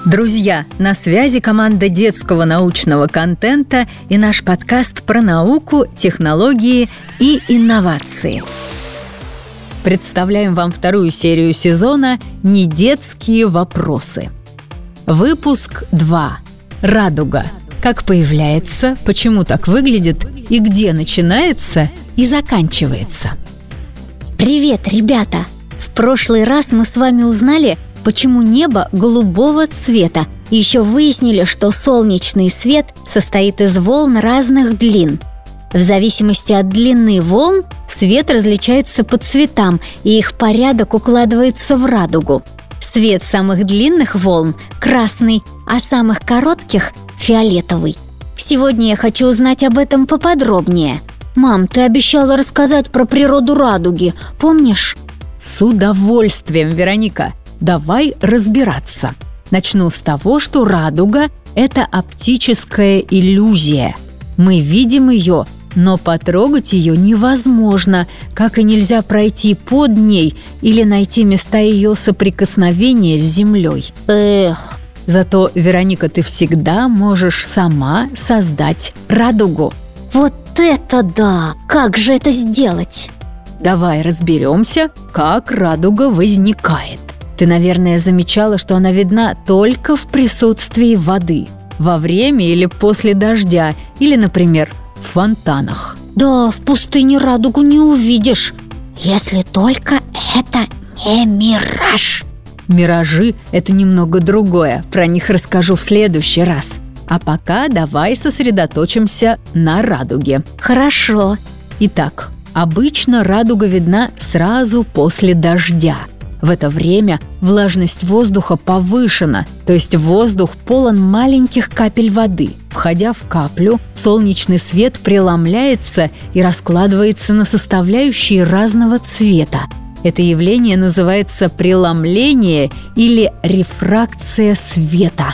Друзья, на связи команда детского научного контента и наш подкаст про науку, технологии и инновации. Представляем вам вторую серию сезона «Недетские вопросы». Выпуск 2. Радуга. Как появляется, почему так выглядит и где начинается и заканчивается. Привет, ребята! В прошлый раз мы с вами узнали, почему небо голубого цвета, и еще выяснили, что солнечный свет состоит из волн разных длин. В зависимости от длины волн свет различается по цветам, и их порядок укладывается в радугу. Свет самых длинных волн – красный, а самых коротких – фиолетовый. Сегодня я хочу узнать об этом поподробнее. Мам, ты обещала рассказать про природу радуги, помнишь? С удовольствием, Вероника. Давай разбираться. Начну с того, что радуга – это оптическая иллюзия. Мы видим ее, но потрогать ее невозможно, как и нельзя пройти под ней или найти места ее соприкосновения с землей. Эх! Зато, Вероника, ты всегда можешь сама создать радугу. Вот это да! Как же это сделать? Давай разберемся, как радуга возникает. Ты, наверное, замечала, что она видна только в присутствии воды, во время или после дождя, или, например, в фонтанах. Да, в пустыне радугу не увидишь, если только это не мираж. Миражи – это немного другое, про них расскажу в следующий раз. А пока давай сосредоточимся на радуге. Хорошо. Итак, обычно радуга видна сразу после дождя. В это время влажность воздуха повышена, то есть воздух полон маленьких капель воды. Входя в каплю, солнечный свет преломляется и раскладывается на составляющие разного цвета. Это явление называется преломление или рефракция света.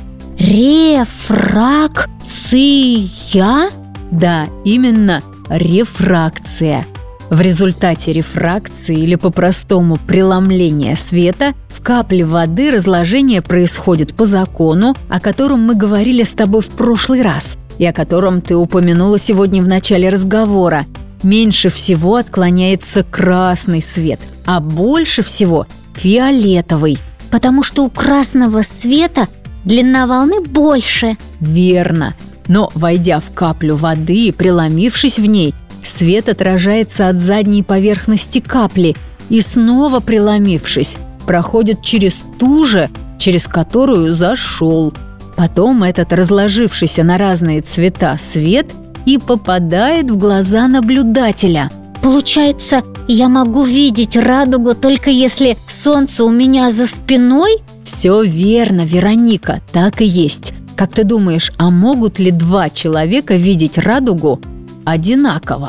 Рефракция? Да, именно рефракция. В результате рефракции или по-простому преломления света в капле воды разложение происходит по закону, о котором мы говорили с тобой в прошлый раз и о котором ты упомянула сегодня в начале разговора. Меньше всего отклоняется красный свет, а больше всего фиолетовый. Потому что у красного света длина волны больше. Верно. Но, войдя в каплю воды и преломившись в ней, свет отражается от задней поверхности капли и, снова преломившись, проходит через ту же, через которую зашел. Потом этот разложившийся на разные цвета свет и попадает в глаза наблюдателя. Получается, я могу видеть радугу только если солнце у меня за спиной? Все верно, Вероника, так и есть. Как ты думаешь, а могут ли два человека видеть радугу одинаково?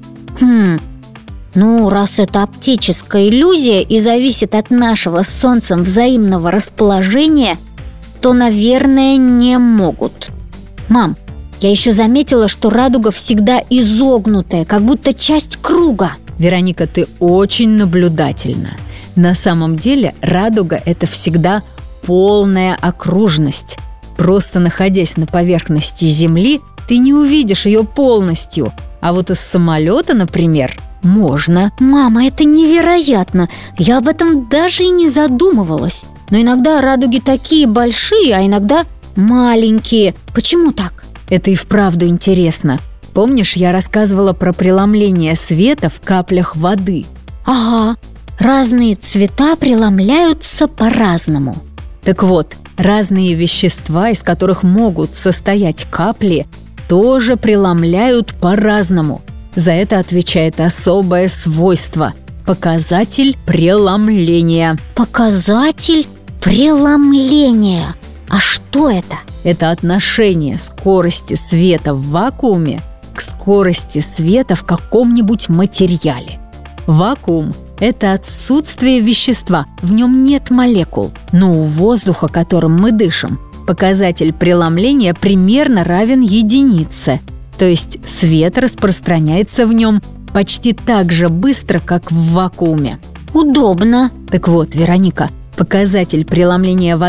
Ну, раз это оптическая иллюзия и зависит от нашего с Солнцем взаимного расположения, то, наверное, не могут. Мам, я еще заметила, что радуга всегда изогнутая, как будто часть круга. Вероника, ты очень наблюдательна. На самом деле радуга – это всегда полная окружность. Просто находясь на поверхности Земли, ты не увидишь ее полностью. А вот из самолета, например, можно. Мама, это невероятно! Я об этом даже и не задумывалась. Но иногда радуги такие большие, а иногда маленькие. Почему так? Это и вправду интересно. Помнишь, я рассказывала про преломление света в каплях воды? Ага, разные цвета преломляются по-разному. Так вот, разные вещества, из которых могут состоять капли, тоже преломляют по-разному. За это отвечает особое свойство – показатель преломления. Показатель преломления. А что это? Это отношение скорости света в вакууме к скорости света в каком-нибудь материале. Вакуум – это отсутствие вещества, в нем нет молекул. Но у воздуха, которым мы дышим, показатель преломления примерно равен единице. То есть свет распространяется в нем почти так же быстро, как в вакууме. Удобно. Так вот, Вероника, показатель преломления воды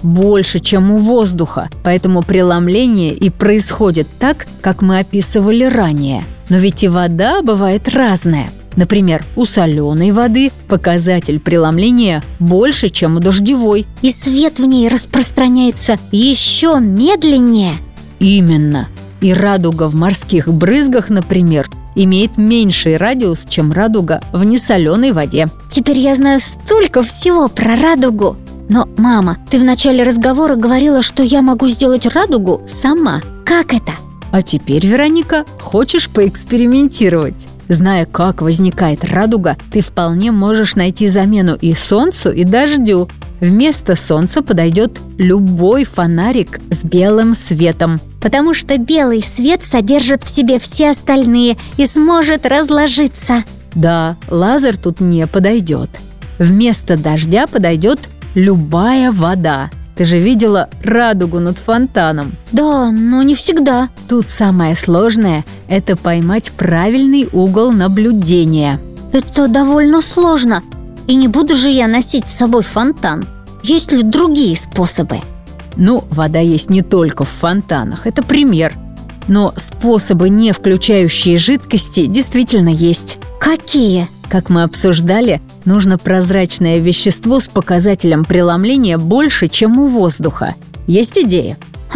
больше, чем у воздуха, поэтому преломление и происходит так, как мы описывали ранее. Но ведь и вода бывает разная. Например, у соленой воды показатель преломления больше, чем у дождевой. И свет в ней распространяется еще медленнее. Именно. И радуга в морских брызгах, например, имеет меньший радиус, чем радуга в несоленой воде. Теперь я знаю столько всего про радугу. Но, мама, ты в начале разговора говорила, что я могу сделать радугу сама. Как это? А теперь, Вероника, хочешь поэкспериментировать? Зная, как возникает радуга, ты вполне можешь найти замену и солнцу, и дождю. Вместо солнца подойдет любой фонарик с белым светом. Потому что белый свет содержит в себе все остальные и сможет разложиться. Да, лазер тут не подойдет. Вместо дождя подойдет любая вода. Ты же видела радугу над фонтаном? Да, но не всегда. Тут самое сложное – это поймать правильный угол наблюдения. Это довольно сложно. И не буду же я носить с собой фонтан. Есть ли другие способы? Ну, вода есть не только в фонтанах, это пример. Но способы, не включающие жидкости, действительно есть. Какие? Как мы обсуждали, нужно прозрачное вещество с показателем преломления больше, чем у воздуха. Есть идея?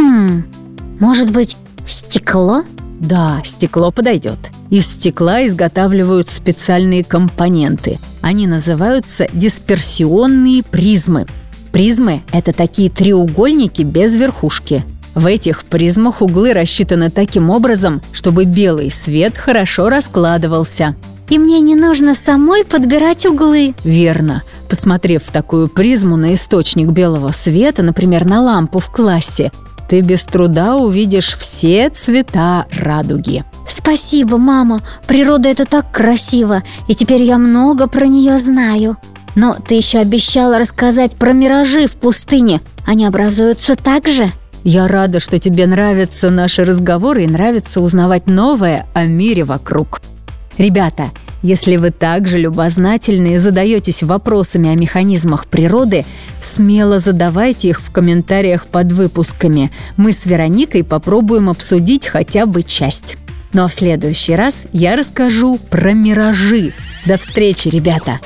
Может быть, стекло? Да, стекло подойдет. Из стекла изготавливают специальные компоненты. Они называются дисперсионные призмы. Призмы – это такие треугольники без верхушки. В этих призмах углы рассчитаны таким образом, чтобы белый свет хорошо раскладывался. И мне не нужно самой подбирать углы. Верно. Посмотрев в такую призму на источник белого света, например, на лампу в классе, ты без труда увидишь все цвета радуги. Спасибо, мама. Природа – это так красиво, и теперь я много про нее знаю. Но ты еще обещала рассказать про миражи в пустыне. Они образуются так же? Я рада, что тебе нравятся наши разговоры и нравится узнавать новое о мире вокруг. Ребята, если вы также любознательны и задаетесь вопросами о механизмах природы, смело задавайте их в комментариях под выпусками. Мы с Вероникой попробуем обсудить хотя бы часть. Ну а в следующий раз я расскажу про миражи. До встречи, ребята!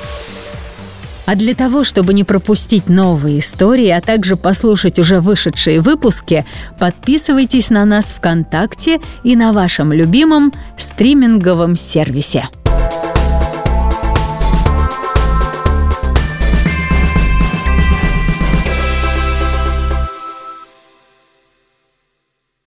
А для того, чтобы не пропустить новые истории, а также послушать уже вышедшие выпуски, подписывайтесь на нас ВКонтакте и на вашем любимом стриминговом сервисе.